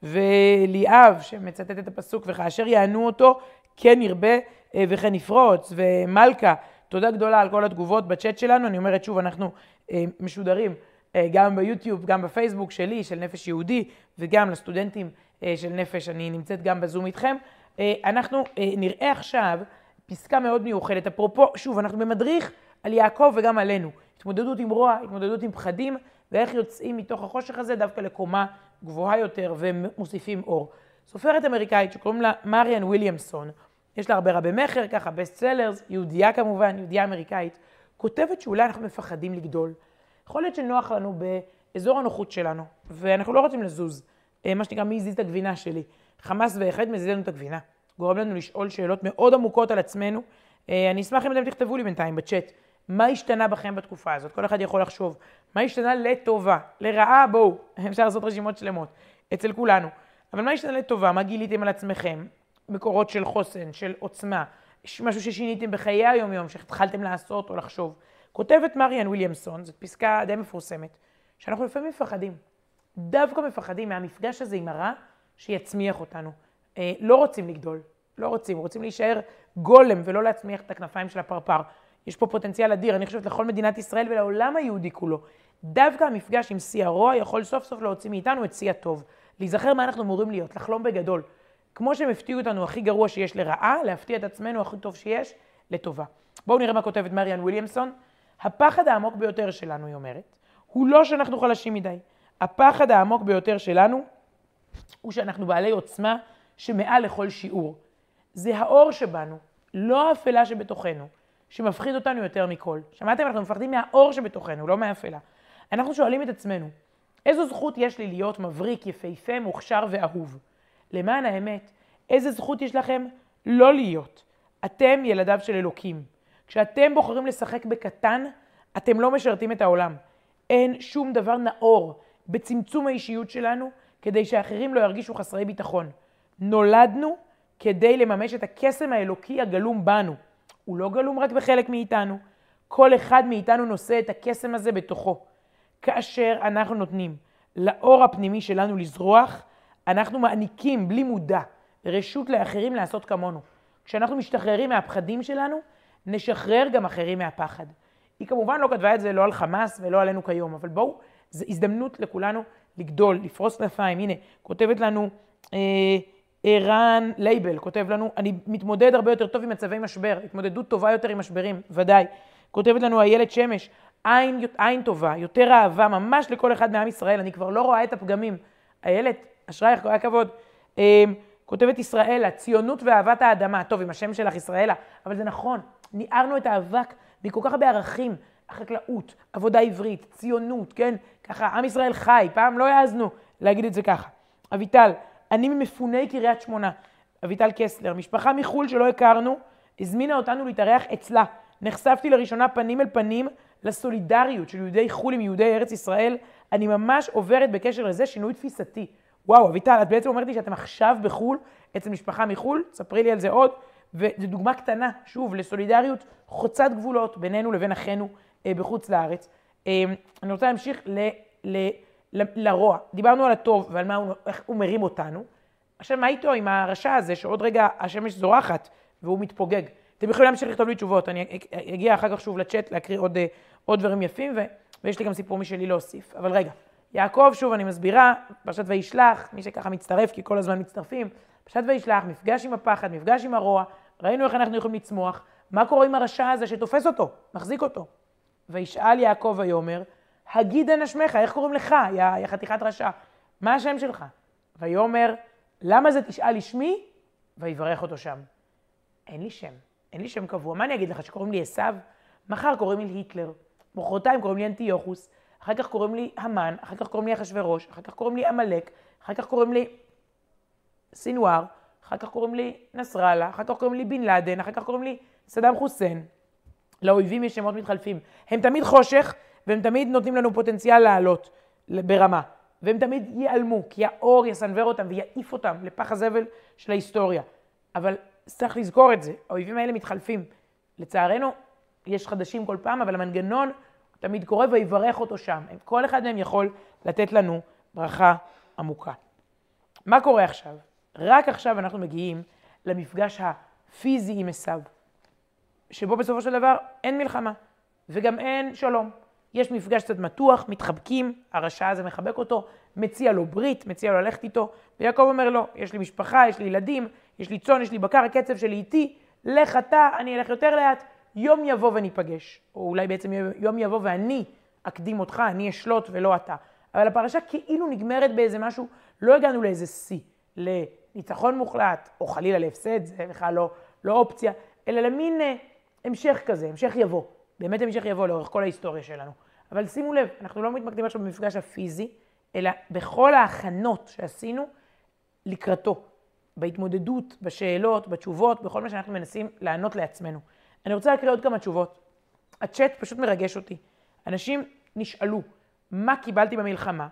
וליאב שמצטט את הפסוק, וכאשר יענו אותו, כן ירבה וכן יפרוץ, ומלכה, תודה גדולה על כל התגובות בצ'אט שלנו, אני אומרת שוב, אנחנו משודרים גם ביוטיוב, גם בפייסבוק שלי, של נפש יהודי, וגם לסטודנטים של נפש, אני נמצאת גם בזום איתכם. אנחנו נראה עכשיו, פסקה מאוד מיוחדת, אפרופו, שוב, אנחנו במדריך על יעקב וגם עלינו. התמודדות עם רוע, התמודדות עם פחדים, ואיך יוצאים מתוך החושך הזה דווקא לקומה גבוהה יותר ומוסיפים אור. סופרת אמריקאית שקוראים לה מריאן וויליאמסון, יש לה הרבה רבי מחר, ככה בסט סלרס, יהודייה כמובן, יהודייה אמריקאית, כותבת שאולי אנחנו מפחדים לגדול. יכול להיות שנוח לנו באזור הנוחות שלנו, ואנחנו לא רוצים לזוז, מה שנקרא מי הזיז את הגבינה שלי. חמאס והחד מזיז לנו את הגבינה. גורם לנו לשאול שאלות מאוד עמוקות על עצמנו. אני אשמח אם אתם תכתבו לי בינתיים בצ'אט, מה השתנה בכם בתקופה הזאת? כל אחד יכול לחשוב, מה השתנה לטובה, לרעה, בואו, אפשר לעשות רשימות שלמות, אצל כולנו. אבל מה השתנה לטובה? מה גיליתם על עצמכם? מקורות של חוסן, של עוצמה, משהו ששיניתם בחיי היום-יום, שהתחלתם לעשות או לחשוב. כותבת מריאן וויליאמסון, זאת פסקה די מפורסמת, שאנחנו לפעמים מפחדים, דווקא מפחדים מהמפגש הזה עם הרע שיצמיח אותנו. לא רוצים לגדול, לא רוצים, רוצים להישאר גולם ולא להצמיח את הכנפיים של הפרפר. יש פה פוטנציאל אדיר, אני חושבת לכל מדינת ישראל ולעולם היהודי כולו. דווקא המפגש עם שיא הרוע יכול סוף סוף להוציא מאיתנו את שיא הטוב. להיזכר מה אנחנו אמורים להיות, לחלום בגדול. כמו שהם הפתיעו אותנו הכי גרוע שיש לרעה, להפתיע את עצמנו הכי טוב שיש לטובה. בואו נראה מה כותבת מריאן וויליאמסון. הפחד העמוק ביותר שלנו, היא אומרת, הוא לא שאנחנו חלשים מדי. הפחד העמוק ביותר שלנו הוא שאנחנו בעלי עוצמה שמעל לכל שיעור. זה האור שבנו, לא האפלה שבתוכנו, שמפחיד אותנו יותר מכל. שמעתם? אנחנו מפחדים מהאור שבתוכנו, לא מהאפלה. אנחנו שואלים את עצמנו, איזו זכות יש לי להיות מבריק, יפהפה, מוכשר ואהוב? למען האמת, איזו זכות יש לכם לא להיות? אתם ילדיו של אלוקים. כשאתם בוחרים לשחק בקטן, אתם לא משרתים את העולם. אין שום דבר נאור בצמצום האישיות שלנו, כדי שאחרים לא ירגישו חסרי ביטחון. נולדנו כדי לממש את הקסם האלוקי הגלום בנו. הוא לא גלום רק בחלק מאיתנו. כל אחד מאיתנו נושא את הקסם הזה בתוכו. כאשר אנחנו נותנים לאור הפנימי שלנו לזרוח, אנחנו מעניקים בלי מודע רשות לאחרים לעשות כמונו. כשאנחנו משתחררים מהפחדים שלנו, נשחרר גם אחרים מהפחד. היא כמובן לא כתבה את זה לא על חמאס ולא עלינו כיום, אבל בואו, זו הזדמנות לכולנו לגדול, לפרוס כנפיים. הנה, כותבת לנו אה, ערן לייבל, כותב לנו, אני מתמודד הרבה יותר טוב עם מצבי משבר, התמודדות טובה יותר עם משברים, ודאי. כותבת לנו איילת שמש, עין, עין טובה, יותר אהבה, ממש לכל אחד מעם ישראל, אני כבר לא רואה את הפגמים. איילת, אשרייך, כל הכבוד. אה, כותבת ישראלה, ציונות ואהבת האדמה. טוב, עם השם שלך ישראלה, אבל זה נכון, ניערנו את האבק בכל כך הרבה ערכים, החקלאות, עבודה עברית, ציונות, כן? ככה, עם ישראל חי, פעם לא יעזנו להגיד את זה ככה. אביטל, אני ממפוני קריית שמונה. אביטל קסלר, משפחה מחול שלא הכרנו, הזמינה אותנו להתארח אצלה. נחשפתי לראשונה פנים אל פנים לסולידריות של יהודי חול עם יהודי ארץ ישראל. אני ממש עוברת בקשר לזה שינוי תפיסתי. וואו, אביטל, את בעצם אומרת לי שאתם עכשיו בחול, אצל משפחה מחול, ספרי לי על זה עוד, וזו דוגמה קטנה, שוב, לסולידריות חוצת גבולות בינינו לבין אחינו אה, בחוץ לארץ. אה, אני רוצה להמשיך ל, ל, ל, לרוע. דיברנו על הטוב ועל מה הוא, איך הוא מרים אותנו. עכשיו, מה איתו עם הרשע הזה, שעוד רגע השמש זורחת והוא מתפוגג? אתם יכולים להמשיך לכתוב לי תשובות, אני אגיע אחר כך שוב לצ'אט להקריא עוד, עוד דברים יפים, ו, ויש לי גם סיפור משלי להוסיף. אבל רגע, יעקב, שוב, אני מסבירה, פרשת וישלח, מי שככה מצטרף, כי כל הזמן מצטרפים, פרשת וישלח, מפגש עם הפחד, מפגש עם הרוע, ראינו איך אנחנו יכולים לצמוח, מה קורה עם הרשע הזה שתופס אותו, מחזיק אותו. וישאל יעקב ויאמר, הגיד אנא שמך, איך קוראים לך, יא, יא חתיכת רשע? מה השם שלך? ויאמר, למה זה תשאל לשמי? ויברך אותו שם. אין לי שם, אין לי שם קבוע. מה אני אגיד לך, שקוראים לי עשיו? מחר קוראים לי היטלר, מחרתיים קוראים לי אנטיוכוס, אחר כך קוראים לי המן, אחר כך קוראים לי אחשוורוש, אחר כך קוראים לי עמלק, אחר כך קוראים לי סינואר, אחר כך קוראים לי נסראללה, אחר כך קוראים לי בן לאדן, אחר כך קוראים לי סדאם חוסיין. לאויבים יש שמות מתחלפים. הם תמיד חושך, והם תמיד נותנים לנו פוטנציאל לעלות ברמה. והם תמיד ייעלמו, כי האור יסנבר אותם ויעיף אותם לפח הזבל של ההיסטוריה. אבל צריך לזכור את זה, האויבים האלה מתחלפים. לצערנו, יש חדשים כל פעם, אבל המנגנון תמיד קורה ויברך אותו שם. כל אחד מהם יכול לתת לנו ברכה עמוקה. מה קורה עכשיו? רק עכשיו אנחנו מגיעים למפגש הפיזי עם עשיו, שבו בסופו של דבר אין מלחמה, וגם אין שלום. יש מפגש קצת מתוח, מתחבקים, הרשע הזה מחבק אותו, מציע לו ברית, מציע לו ללכת איתו, ויעקב אומר לו, יש לי משפחה, יש לי ילדים, יש לי צאן, יש לי בקר, הקצב שלי איתי, לך אתה, אני אלך יותר לאט, יום יבוא וניפגש. או אולי בעצם יום יבוא ואני אקדים אותך, אני אשלוט ולא אתה. אבל הפרשה כאילו נגמרת באיזה משהו, לא הגענו לאיזה שיא, לניצחון מוחלט, או חלילה להפסד, זה בכלל לא, לא אופציה, אלא למין אה, המשך כזה, המשך יבוא. באמת המשך יבוא לאורך כל ההיסטוריה שלנו. אבל שימו לב, אנחנו לא מתמקדים עכשיו במפגש הפיזי, אלא בכל ההכנות שעשינו לקראתו, בהתמודדות, בשאלות, בתשובות, בכל מה שאנחנו מנסים לענות לעצמנו. אני רוצה להקריא עוד כמה תשובות. הצ'אט פשוט מרגש אותי. אנשים נשאלו, מה קיבלתי במלחמה?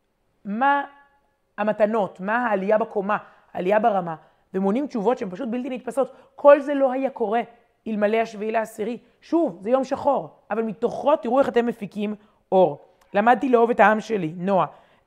מה המתנות? מה העלייה בקומה? העלייה ברמה? ומונים תשובות שהן פשוט בלתי נתפסות. כל זה לא היה קורה אלמלא השביעי לעשירי. שוב, זה יום שחור, אבל מתוכו תראו איך אתם מפיקים אור. למדתי לאהוב את העם שלי, נועה.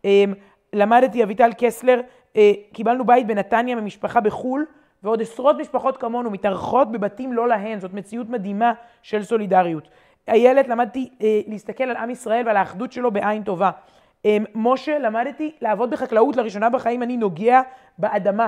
למדתי אביטל קסלר, קיבלנו בית בנתניה ממשפחה בחול, ועוד עשרות משפחות כמונו מתארחות בבתים לא להן. זאת מציאות מדהימה של סולידריות. איילת, למדתי להסתכל על עם ישראל ועל האחדות שלו בעין טובה. משה, למדתי לעבוד בחקלאות, לראשונה בחיים אני נוגע באדמה.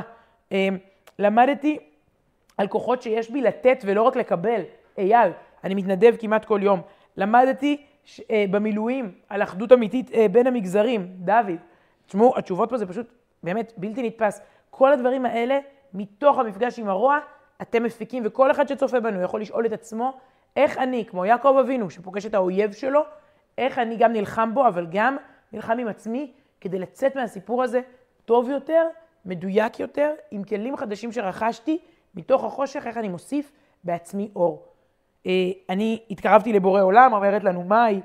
למדתי על כוחות שיש בי לתת ולא רק לקבל. אייל, אני מתנדב כמעט כל יום. למדתי ש, אה, במילואים, על אחדות אמיתית אה, בין המגזרים. דוד, תשמעו, התשובות פה זה פשוט באמת בלתי נתפס. כל הדברים האלה, מתוך המפגש עם הרוע, אתם מפיקים, וכל אחד שצופה בנו יכול לשאול את עצמו, איך אני, כמו יעקב אבינו, שפוגש את האויב שלו, איך אני גם נלחם בו, אבל גם נלחם עם עצמי, כדי לצאת מהסיפור הזה טוב יותר, מדויק יותר, עם כלים חדשים שרכשתי, מתוך החושך, איך אני מוסיף בעצמי אור. אני התקרבתי לבורא עולם, אומרת לנו מאי,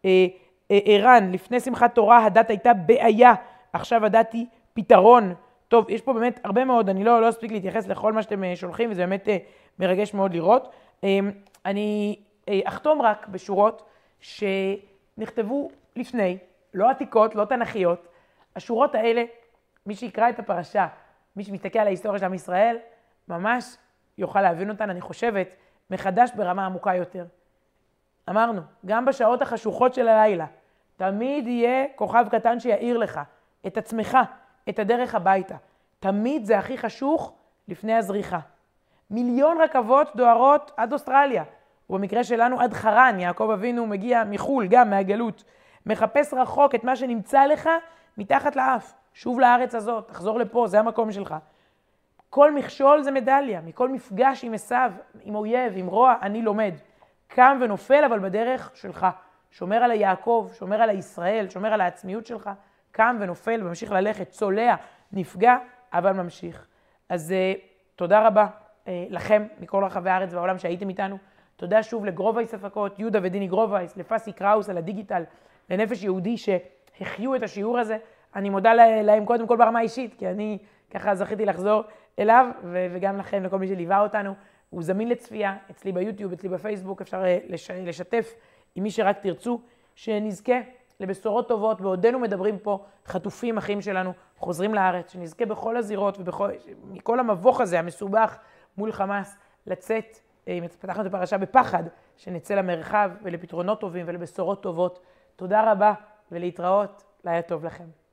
ערן, לפני שמחת תורה הדת הייתה בעיה, עכשיו הדת היא פתרון. טוב, יש פה באמת הרבה מאוד, אני לא, לא אספיק להתייחס לכל מה שאתם שולחים, וזה באמת מרגש מאוד לראות. אני אחתום רק בשורות שנכתבו לפני, לא עתיקות, לא תנכיות. השורות האלה, מי שיקרא את הפרשה, מי שמסתכל על ההיסטוריה של עם ישראל, ממש יוכל להבין אותן, אני חושבת, מחדש ברמה עמוקה יותר. אמרנו, גם בשעות החשוכות של הלילה, תמיד יהיה כוכב קטן שיעיר לך את עצמך, את הדרך הביתה. תמיד זה הכי חשוך לפני הזריחה. מיליון רכבות דוהרות עד אוסטרליה, ובמקרה שלנו עד חרן, יעקב אבינו מגיע מחול, גם מהגלות. מחפש רחוק את מה שנמצא לך מתחת לאף. שוב לארץ הזאת, תחזור לפה, זה המקום שלך. כל מכשול זה מדליה, מכל מפגש עם עשיו, עם אויב, עם רוע, אני לומד. קם ונופל, אבל בדרך שלך. שומר על היעקב, שומר על הישראל, שומר על העצמיות שלך. קם ונופל וממשיך ללכת, צולע, נפגע, אבל ממשיך. אז uh, תודה רבה uh, לכם מכל רחבי הארץ והעולם שהייתם איתנו. תודה שוב לגרובייס הפקות, יהודה ודיני גרובייס, לפסי קראוס על הדיגיטל, לנפש יהודי שהחיו את השיעור הזה. אני מודה להם קודם כל ברמה אישית, כי אני ככה זכיתי לחזור אליו, וגם לכם, לכל מי שליווה אותנו. הוא זמין לצפייה, אצלי ביוטיוב, אצלי בפייסבוק, אפשר לש... לשתף עם מי שרק תרצו, שנזכה לבשורות טובות, ועודנו מדברים פה, חטופים, אחים שלנו, חוזרים לארץ, שנזכה בכל הזירות ומכל המבוך הזה, המסובך מול חמאס, לצאת, אם פתחנו את הפרשה בפחד, שנצא למרחב ולפתרונות טובים ולבשורות טובות. תודה רבה ולהתראות, לילה טוב לכם.